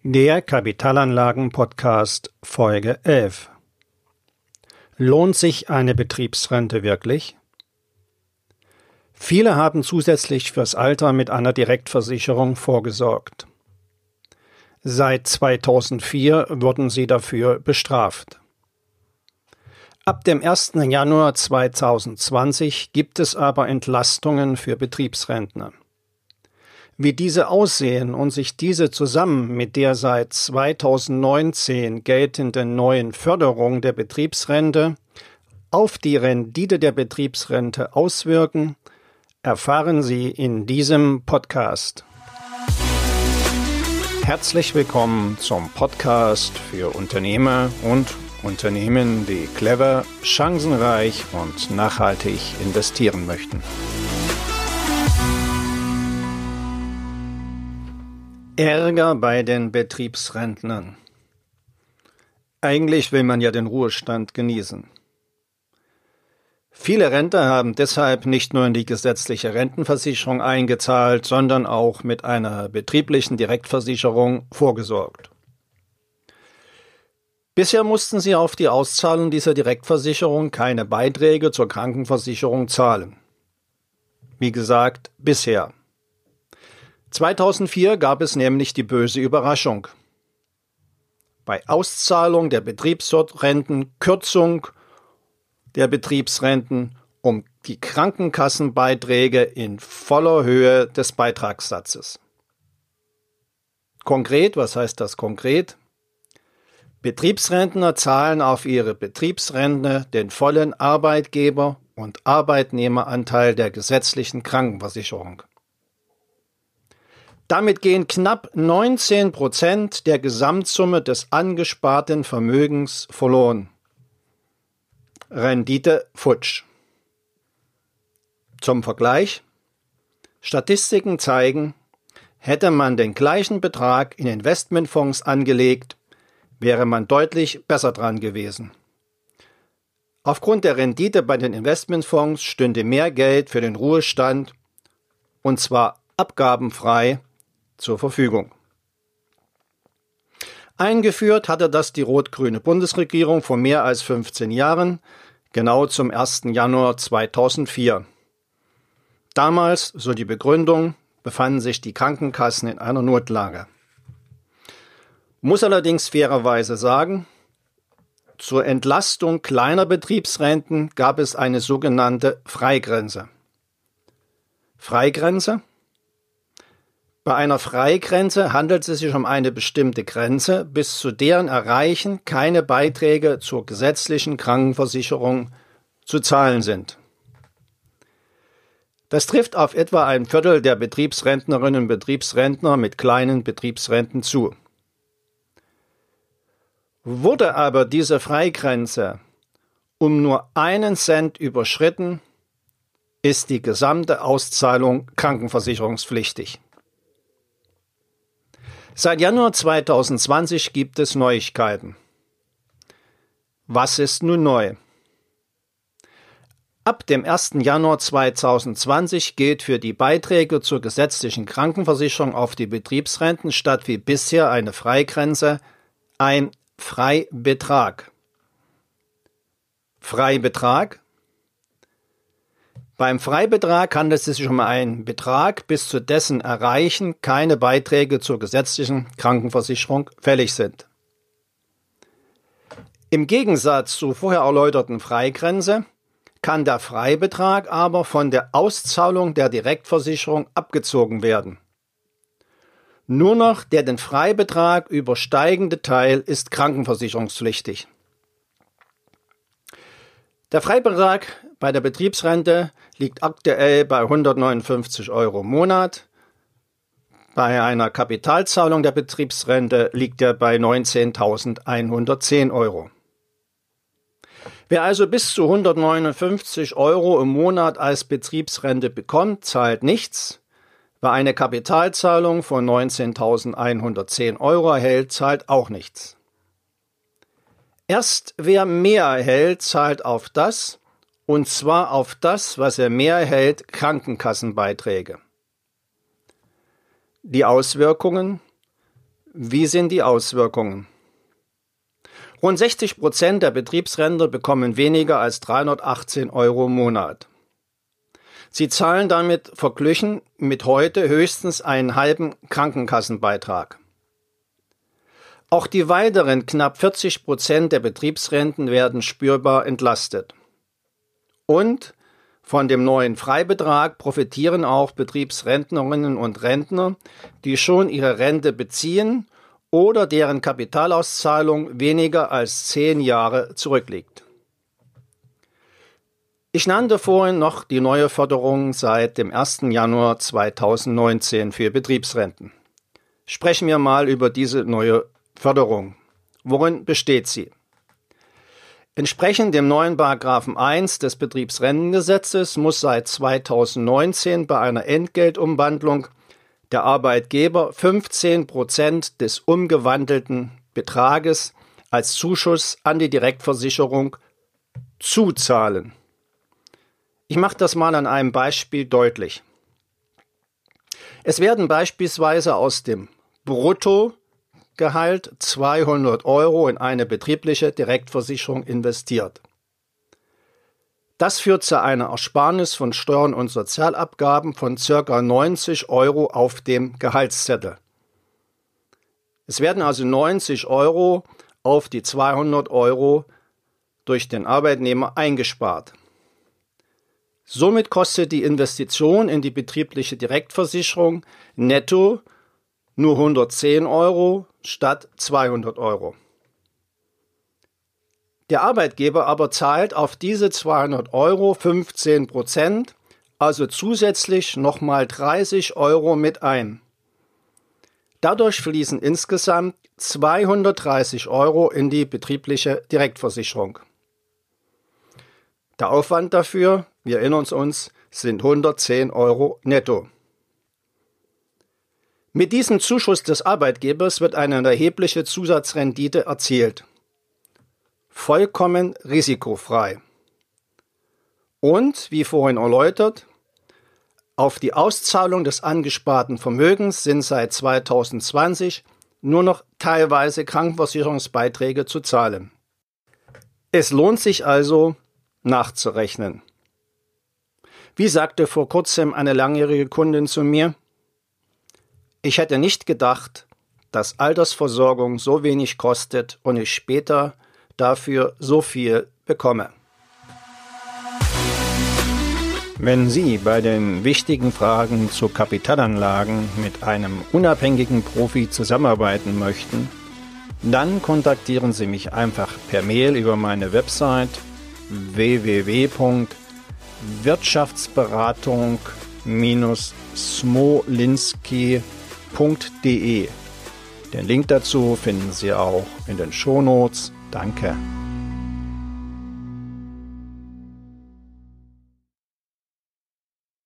Der Kapitalanlagen-Podcast Folge 11. Lohnt sich eine Betriebsrente wirklich? Viele haben zusätzlich fürs Alter mit einer Direktversicherung vorgesorgt. Seit 2004 wurden sie dafür bestraft. Ab dem 1. Januar 2020 gibt es aber Entlastungen für Betriebsrentner. Wie diese aussehen und sich diese zusammen mit der seit 2019 geltenden neuen Förderung der Betriebsrente auf die Rendite der Betriebsrente auswirken, erfahren Sie in diesem Podcast. Herzlich willkommen zum Podcast für Unternehmer und Unternehmen, die clever, chancenreich und nachhaltig investieren möchten. Ärger bei den Betriebsrentnern. Eigentlich will man ja den Ruhestand genießen. Viele Rentner haben deshalb nicht nur in die gesetzliche Rentenversicherung eingezahlt, sondern auch mit einer betrieblichen Direktversicherung vorgesorgt. Bisher mussten sie auf die Auszahlung dieser Direktversicherung keine Beiträge zur Krankenversicherung zahlen. Wie gesagt, bisher. 2004 gab es nämlich die böse Überraschung. Bei Auszahlung der Betriebsrenten, Kürzung der Betriebsrenten um die Krankenkassenbeiträge in voller Höhe des Beitragssatzes. Konkret, was heißt das konkret? Betriebsrentner zahlen auf ihre Betriebsrente den vollen Arbeitgeber- und Arbeitnehmeranteil der gesetzlichen Krankenversicherung. Damit gehen knapp 19% der Gesamtsumme des angesparten Vermögens verloren. Rendite futsch. Zum Vergleich: Statistiken zeigen, hätte man den gleichen Betrag in Investmentfonds angelegt, wäre man deutlich besser dran gewesen. Aufgrund der Rendite bei den Investmentfonds stünde mehr Geld für den Ruhestand, und zwar abgabenfrei, zur Verfügung. Eingeführt hatte das die rot-grüne Bundesregierung vor mehr als 15 Jahren, genau zum 1. Januar 2004. Damals, so die Begründung, befanden sich die Krankenkassen in einer Notlage. Muss allerdings fairerweise sagen, zur Entlastung kleiner Betriebsrenten gab es eine sogenannte Freigrenze. Freigrenze? Bei einer Freigrenze handelt es sich um eine bestimmte Grenze, bis zu deren Erreichen keine Beiträge zur gesetzlichen Krankenversicherung zu zahlen sind. Das trifft auf etwa ein Viertel der Betriebsrentnerinnen und Betriebsrentner mit kleinen Betriebsrenten zu. Wurde aber diese Freigrenze um nur 1 Cent überschritten, ist die gesamte Auszahlung krankenversicherungspflichtig. Seit Januar 2020 gibt es Neuigkeiten. Was ist nun neu? Ab dem 1. Januar 2020 gilt für die Beiträge zur gesetzlichen Krankenversicherung auf die Betriebsrenten statt wie bisher eine Freigrenze ein Freibetrag. Freibetrag? Beim Freibetrag handelt es sich um einen Betrag, bis zu dessen Erreichen keine Beiträge zur gesetzlichen Krankenversicherung fällig sind. Im Gegensatz zur vorher erläuterten Freigrenze kann der Freibetrag aber von der Auszahlung der Direktversicherung abgezogen werden. Nur noch der den Freibetrag übersteigende Teil ist krankenversicherungspflichtig. Der Freibetrag bei der Betriebsrente liegt aktuell bei 159 € im Monat. Bei einer Kapitalzahlung der Betriebsrente liegt er bei 19.110 €. Wer also bis zu 159 € im Monat als Betriebsrente bekommt, zahlt nichts. Wer eine Kapitalzahlung von 19.110 € erhält, zahlt auch nichts. Erst wer mehr erhält, zahlt auf das, und zwar auf das, was er mehr erhält, Krankenkassenbeiträge. Die Auswirkungen: Wie sind die Auswirkungen? Rund 60% der Betriebsrentner bekommen weniger als 318 € im Monat. Sie zahlen damit verglichen mit heute höchstens einen halben Krankenkassenbeitrag. Auch die weiteren knapp 40% der Betriebsrenten werden spürbar entlastet. Und von dem neuen Freibetrag profitieren auch Betriebsrentnerinnen und Rentner, die schon ihre Rente beziehen oder deren Kapitalauszahlung weniger als 10 Jahre zurückliegt. Ich nannte vorhin noch die neue Förderung seit dem 1. Januar 2019 für Betriebsrenten. Sprechen wir mal über diese neue Förderung. Worin besteht sie? Entsprechend dem neuen Paragraphen 1 des Betriebsrentengesetzes muss seit 2019 bei einer Entgeltumwandlung der Arbeitgeber 15% des umgewandelten Betrages als Zuschuss an die Direktversicherung zuzahlen. Ich mache das mal an einem Beispiel deutlich. Es werden beispielsweise aus dem Bruttogehalt 200 € in eine betriebliche Direktversicherung investiert. Das führt zu einer Ersparnis von Steuern und Sozialabgaben von ca. 90 € auf dem Gehaltszettel. Es werden also 90 € auf die 200 € durch den Arbeitnehmer eingespart. Somit kostet die Investition in die betriebliche Direktversicherung netto nur 110 € statt 200 €. Der Arbeitgeber aber zahlt auf diese 200 € 15%, also zusätzlich nochmal 30 € mit ein. Dadurch fließen insgesamt 230 € in die betriebliche Direktversicherung. Der Aufwand dafür, wir erinnern uns, sind 110 € netto. Mit diesem Zuschuss des Arbeitgebers wird eine erhebliche Zusatzrendite erzielt. Vollkommen risikofrei. Und, wie vorhin erläutert, auf die Auszahlung des angesparten Vermögens sind seit 2020 nur noch teilweise Krankenversicherungsbeiträge zu zahlen. Es lohnt sich also, nachzurechnen. Wie sagte vor kurzem eine langjährige Kundin zu mir: Ich hätte nicht gedacht, dass Altersversorgung so wenig kostet und ich später dafür so viel bekomme. Wenn Sie bei den wichtigen Fragen zu Kapitalanlagen mit einem unabhängigen Profi zusammenarbeiten möchten, dann kontaktieren Sie mich einfach per Mail über meine Website www.wirtschaftsberatung-smolinski.de. Den Link dazu finden Sie auch in den Shownotes. Danke.